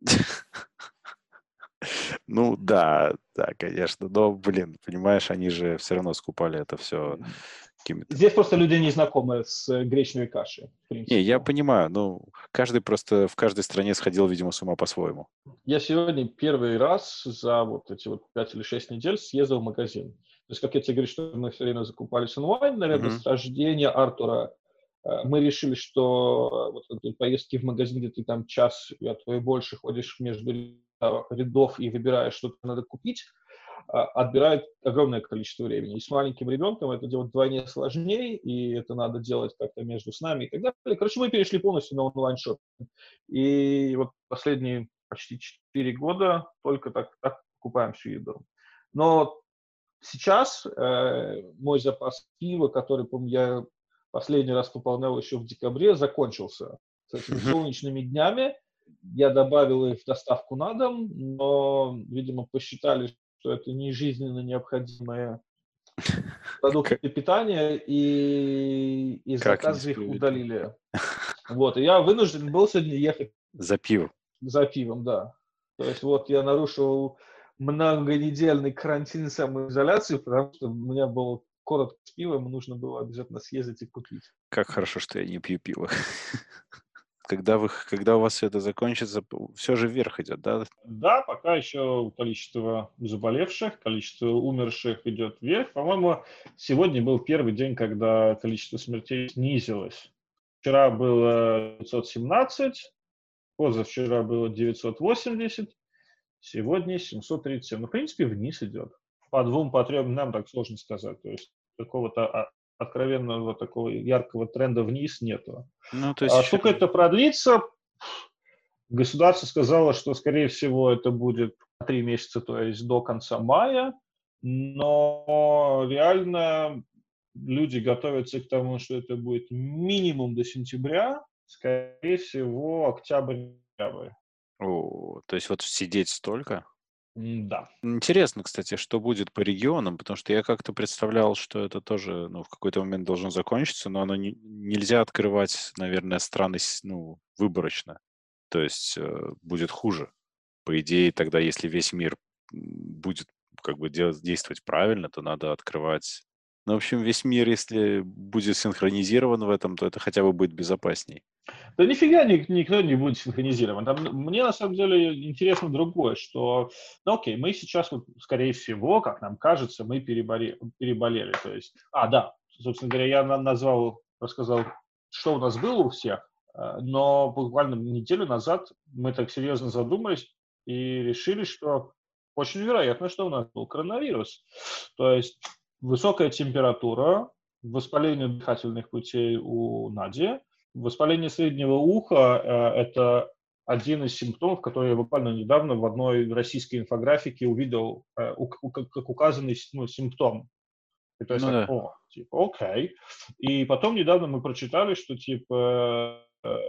Ну да, да, конечно. Но, блин, понимаешь, они же все равно скупали это все какими-то... Здесь просто люди не знакомы с гречневой кашей, в Не, я принципе. понимаю, ну, каждый просто в каждой стране сходил, видимо, с ума по-своему. Я сегодня первый раз за вот эти вот 5 или 6 недель съездил в магазин. То есть, как я тебе говорю, что мы все время закупались онлайн, наверное, Мгм. с рождения Артура мы решили, что вот эти поездки в магазин, где ты там час, а то и больше ходишь между рядов и выбираешь, что тебе надо купить, отбирает огромное количество времени. И с маленьким ребенком это делать вдвойне сложнее, и это надо делать как-то между снами и так далее. Короче, мы перешли полностью на онлайн-шопинг. И вот последние почти 4 года только так покупаем всю еду. Но сейчас мой запас пива, который, помню, я последний раз пополнял еще в декабре, закончился. С этими солнечными днями я добавил их в доставку на дом, но, видимо, посчитали, что это не жизненно необходимые продукты Как, питания, и как заказы их несправедливо. удалили. Вот, и я вынужден был сегодня ехать За пивом. за пивом, да. То есть вот я нарушил многонедельный карантин и самоизоляцию, потому что у меня был коротко с пивом, нужно было обязательно съездить и купить. Как хорошо, что я не пью пиво. Когда у вас все это закончится, все же вверх идет, да? Да, пока еще количество заболевших, количество умерших идет вверх. По-моему, сегодня был первый день, когда количество смертей снизилось. Вчера было 517, позавчера было 980, сегодня 737. Ну, в принципе, вниз идет. По двум, по трем дням так сложно сказать. То есть какого-то откровенного такого яркого тренда вниз нету. Ну, то есть А еще... сколько это продлится? Государство сказало, что, скорее всего, это будет 3 месяца, то есть до конца мая, но реально люди готовятся к тому, что это будет минимум до сентября, скорее всего, октябрь-ноябрь. То есть вот сидеть столько? Да. Интересно, кстати, что будет по регионам, потому что я как-то представлял, что это тоже, ну, в какой-то момент должно закончиться, но оно нельзя открывать, наверное, страны, ну, выборочно. То есть будет хуже. По идее, тогда, если весь мир будет как бы действовать правильно, то надо открывать. Ну, в общем, весь мир, если будет синхронизирован в этом, то это хотя бы будет безопасней. Да нифига никто не будет синхронизирован. Там, мне на самом деле интересно другое, что, ну окей, мы сейчас, вот, скорее всего, как нам кажется, мы переболели. То есть, да, собственно говоря, я рассказал, что у нас было у всех, но буквально неделю назад мы так серьезно задумались и решили, что очень вероятно, что у нас был коронавирус. То есть высокая температура, воспаление дыхательных путей у Нади, воспаление среднего уха это один из симптомов, который я буквально недавно в одной российской инфографике увидел, как указанный симптом. И то есть Ну так, да. типа, окей. И потом недавно мы прочитали, что типа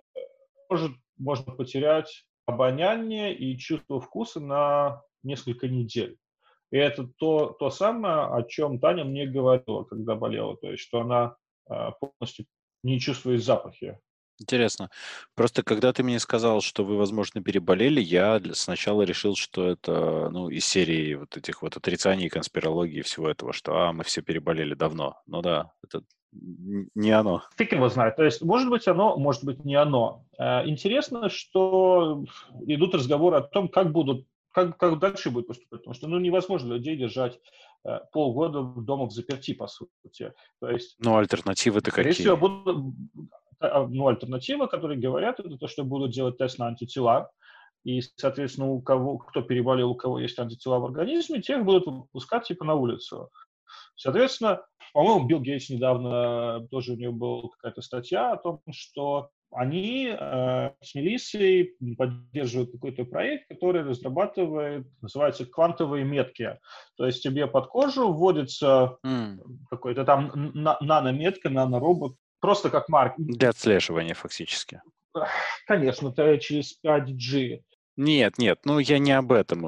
можно потерять обоняние и чувство вкуса на несколько недель. И это то самое, о чем Таня мне говорила, когда болела. То есть, что она полностью не чувствует запахи. Интересно. Просто когда ты мне сказал, что вы, возможно, переболели, я сначала решил, что это, ну, из серии вот этих вот отрицаний, конспирологии и всего этого, что, мы все переболели давно. Ну да, это не оно. Фиг его знает. То есть, может быть, оно, может быть, не оно. Интересно, что идут разговоры о том, как дальше будет поступать. Потому что, ну, невозможно людей держать полгода дома взаперти, по сути. То есть, Ну, альтернативы-то скорее всего, какие? будут альтернативы, которые говорят, это то, что будут делать тест на антитела. И, соответственно, кто переболел, у кого есть антитела в организме, тех будут выпускать типа на улицу. Соответственно, по-моему, Билл Гейтс недавно, тоже у него была какая-то статья о том, что они с Мелиссой поддерживают какой-то проект, который разрабатывает, называется квантовые метки. То есть тебе под кожу вводится какой-то там нанометка, наноробот, просто как марк. Для отслеживания фактически. Конечно, через 5G. Нет, ну я не об этом.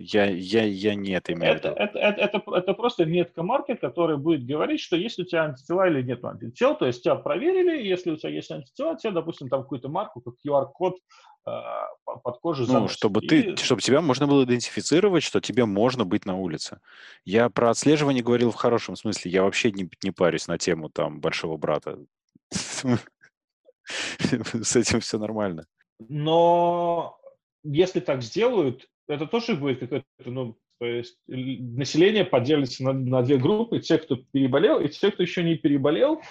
Я не это имел в Это, виду. это, это, это просто метка-маркер, который будет говорить, что есть у тебя антитела или нет антител. То есть тебя проверили, и если у тебя есть антитела, тебе, допустим, там какую-то марку, как QR-код под кожу Ну, заносят. чтобы тебя можно было идентифицировать, что тебе можно быть на улице. Я про отслеживание говорил в хорошем смысле. Я вообще не парюсь на тему там большого брата. С этим все нормально. Но если так сделают, это тоже будет какое-то, ну, то есть население поделится на две группы, те, кто переболел, и те, кто еще не переболел,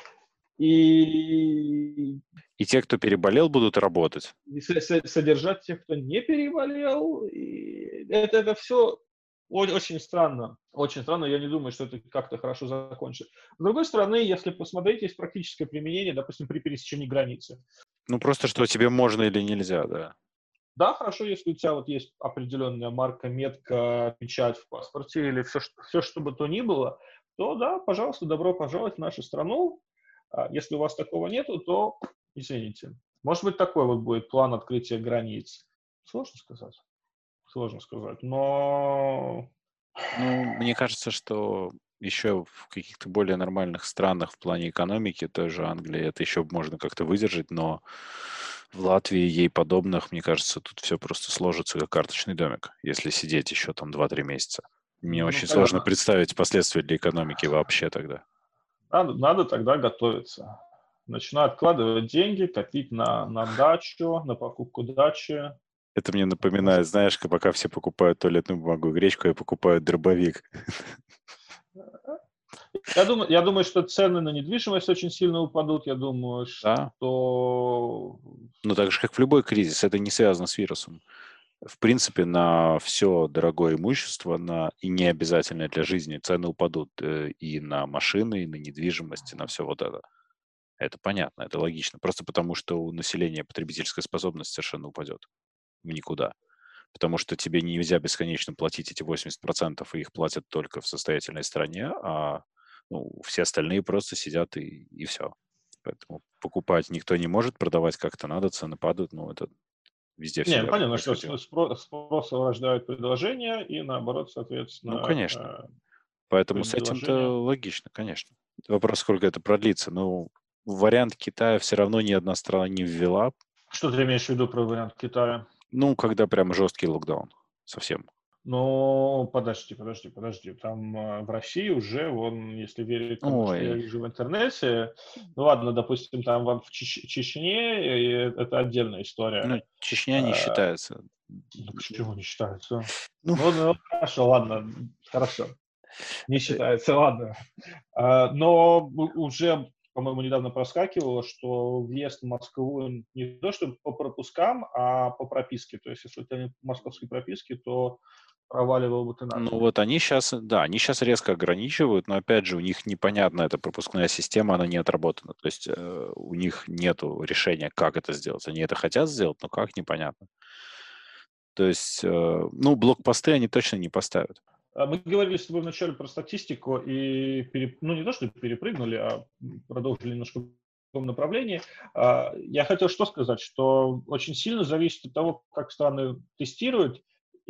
и И те, кто переболел, будут работать. содержать тех, кто не переболел. И это все очень странно. Очень странно. Я не думаю, что это как-то хорошо закончится. С другой стороны, если посмотреть, есть практическое применение, допустим, при пересечении границы. Ну, просто что тебе можно или нельзя, да. Да, хорошо, если у тебя вот есть определенная марка, метка, печать в паспорте или все, что бы то ни было, то да, пожалуйста, добро пожаловать в нашу страну. Если у вас такого нету, то извините. Может быть, такой вот будет план открытия границ. Сложно сказать. Сложно сказать. Но Ну, мне кажется, что еще в каких-то более нормальных странах в плане экономики, той же Англии, это еще можно как-то выдержать, но в Латвии и ей подобных, мне кажется, тут все просто сложится как карточный домик, если сидеть еще там 2-3 месяца. Мне ну, очень сложно понятно. представить последствия для экономики вообще тогда. Надо тогда готовиться. Начинаю откладывать деньги, копить на дачу, на покупку дачи. Это мне Может, напоминает, знаешь, пока все покупают туалетную бумагу и гречку, я покупаю дробовик. я думаю, что цены на недвижимость очень сильно упадут. Я думаю, Да, что но так же, как в любой кризис, это не связано с вирусом. В принципе, на все дорогое имущество и не обязательное для жизни цены упадут и на машины, и на недвижимость, и на все вот это. Это понятно, это логично. Просто потому, что у населения потребительская способность совершенно упадет в никуда. Потому что тебе нельзя бесконечно платить эти 80%, и их платят только в состоятельной стране, а все остальные просто сидят и все. Поэтому покупать никто не может, продавать как-то надо, цены падают, это везде не, ну всегда так понятно, что происходило. спрос рождает предложение, и наоборот, Ну, соответственно, конечно. Поэтому с предложение. этим-то логично, конечно. Вопрос, сколько это продлится. Вариант Китая все равно ни одна страна не ввела. Что ты имеешь в виду про вариант Китая? Когда прям жесткий локдаун. Совсем. Ну, подожди. Там в России уже, если верить тому, что я Ой, вижу в интернете, ну ладно, допустим, там в Чечне, это отдельная история. Чечня не Э, считается. Ну, почему не считается? Ну, Ну, хорошо, ладно, хорошо. Не э, считается, ладно. Но уже, по-моему, недавно проскакивало, что въезд в Москву не то что по пропускам, а по прописке. То есть, если у тебя нет московской прописки, то проваливал бы ты нафиг. они сейчас, да, они сейчас резко ограничивают, но опять же у них непонятна эта пропускная система, она не отработана. То есть у них нету решения, как это сделать. Они это хотят сделать, но как непонятно. То есть, блокпосты они точно не поставят. Мы говорили с тобой вначале про статистику и, ну, не то, что перепрыгнули, а продолжили немножко в том направлении. Я хотел что сказать, что очень сильно зависит от того, как страны тестируют,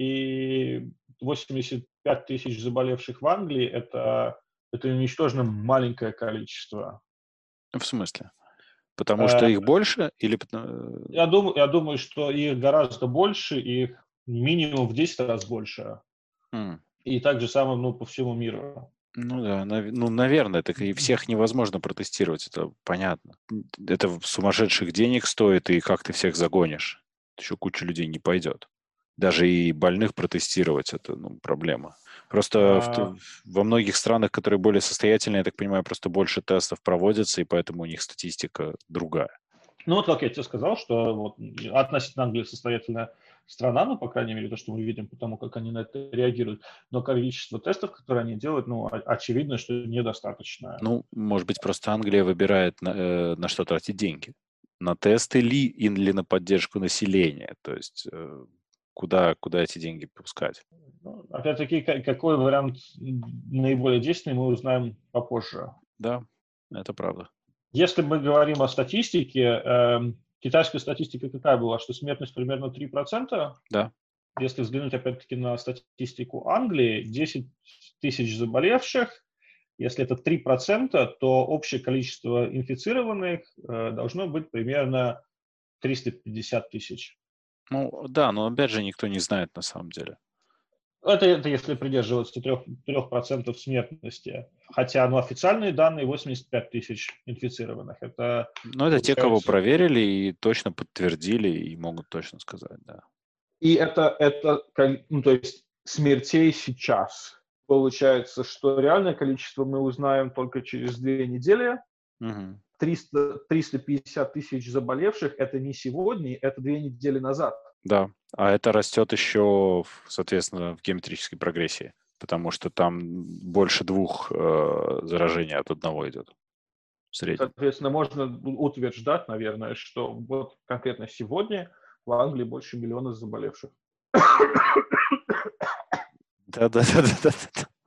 и 85 тысяч заболевших в Англии – это ничтожно маленькое количество. В смысле? Потому что Э, их больше или я думаю, что их гораздо больше, их минимум в 10 раз больше. М. И так же самое, ну, по всему миру. Ну да, наверное, так и всех невозможно протестировать, это понятно. Это сумасшедших денег стоит, и как ты всех загонишь? Еще куча людей не пойдет. Даже и больных протестировать это, проблема. Просто А, во многих странах, которые более состоятельные, я так понимаю, просто больше тестов проводятся, и поэтому у них статистика другая. Ну, вот как я тебе сказал, что вот относительно Англии состоятельная страна, ну, по крайней мере, то, что мы видим, потому как они на это реагируют, но количество тестов, которые они делают, ну, очевидно, что недостаточно. Может быть, просто Англия выбирает, на что тратить деньги. На тесты ли или на поддержку населения? То есть куда эти деньги пускать? Ну, опять-таки, какой вариант наиболее действенный, мы узнаем попозже. Да, это правда. Если мы говорим о статистике, китайская статистика какая была, что смертность примерно 3%. Да. Если взглянуть опять-таки на статистику Англии, 10 тысяч заболевших, если это 3%, то общее количество инфицированных должно быть примерно 350 тысяч. Да, но опять же никто не знает на самом деле. Это если придерживаться 3% смертности. Хотя, ну, официальные данные 85 тысяч инфицированных. Это Но это те, кого получается. проверили и точно подтвердили, и могут точно сказать, да. И ну, то есть смертей сейчас. Получается, что реальное количество мы узнаем только через 2 недели. Мгм. 350 тысяч заболевших – это не сегодня, это 2 недели назад. Да, а это растет еще, соответственно, в геометрической прогрессии, потому что там больше двух заражений от одного идет в среднем. Соответственно, можно утверждать, наверное, что вот конкретно сегодня в Англии больше миллиона заболевших. Да-да-да-да-да.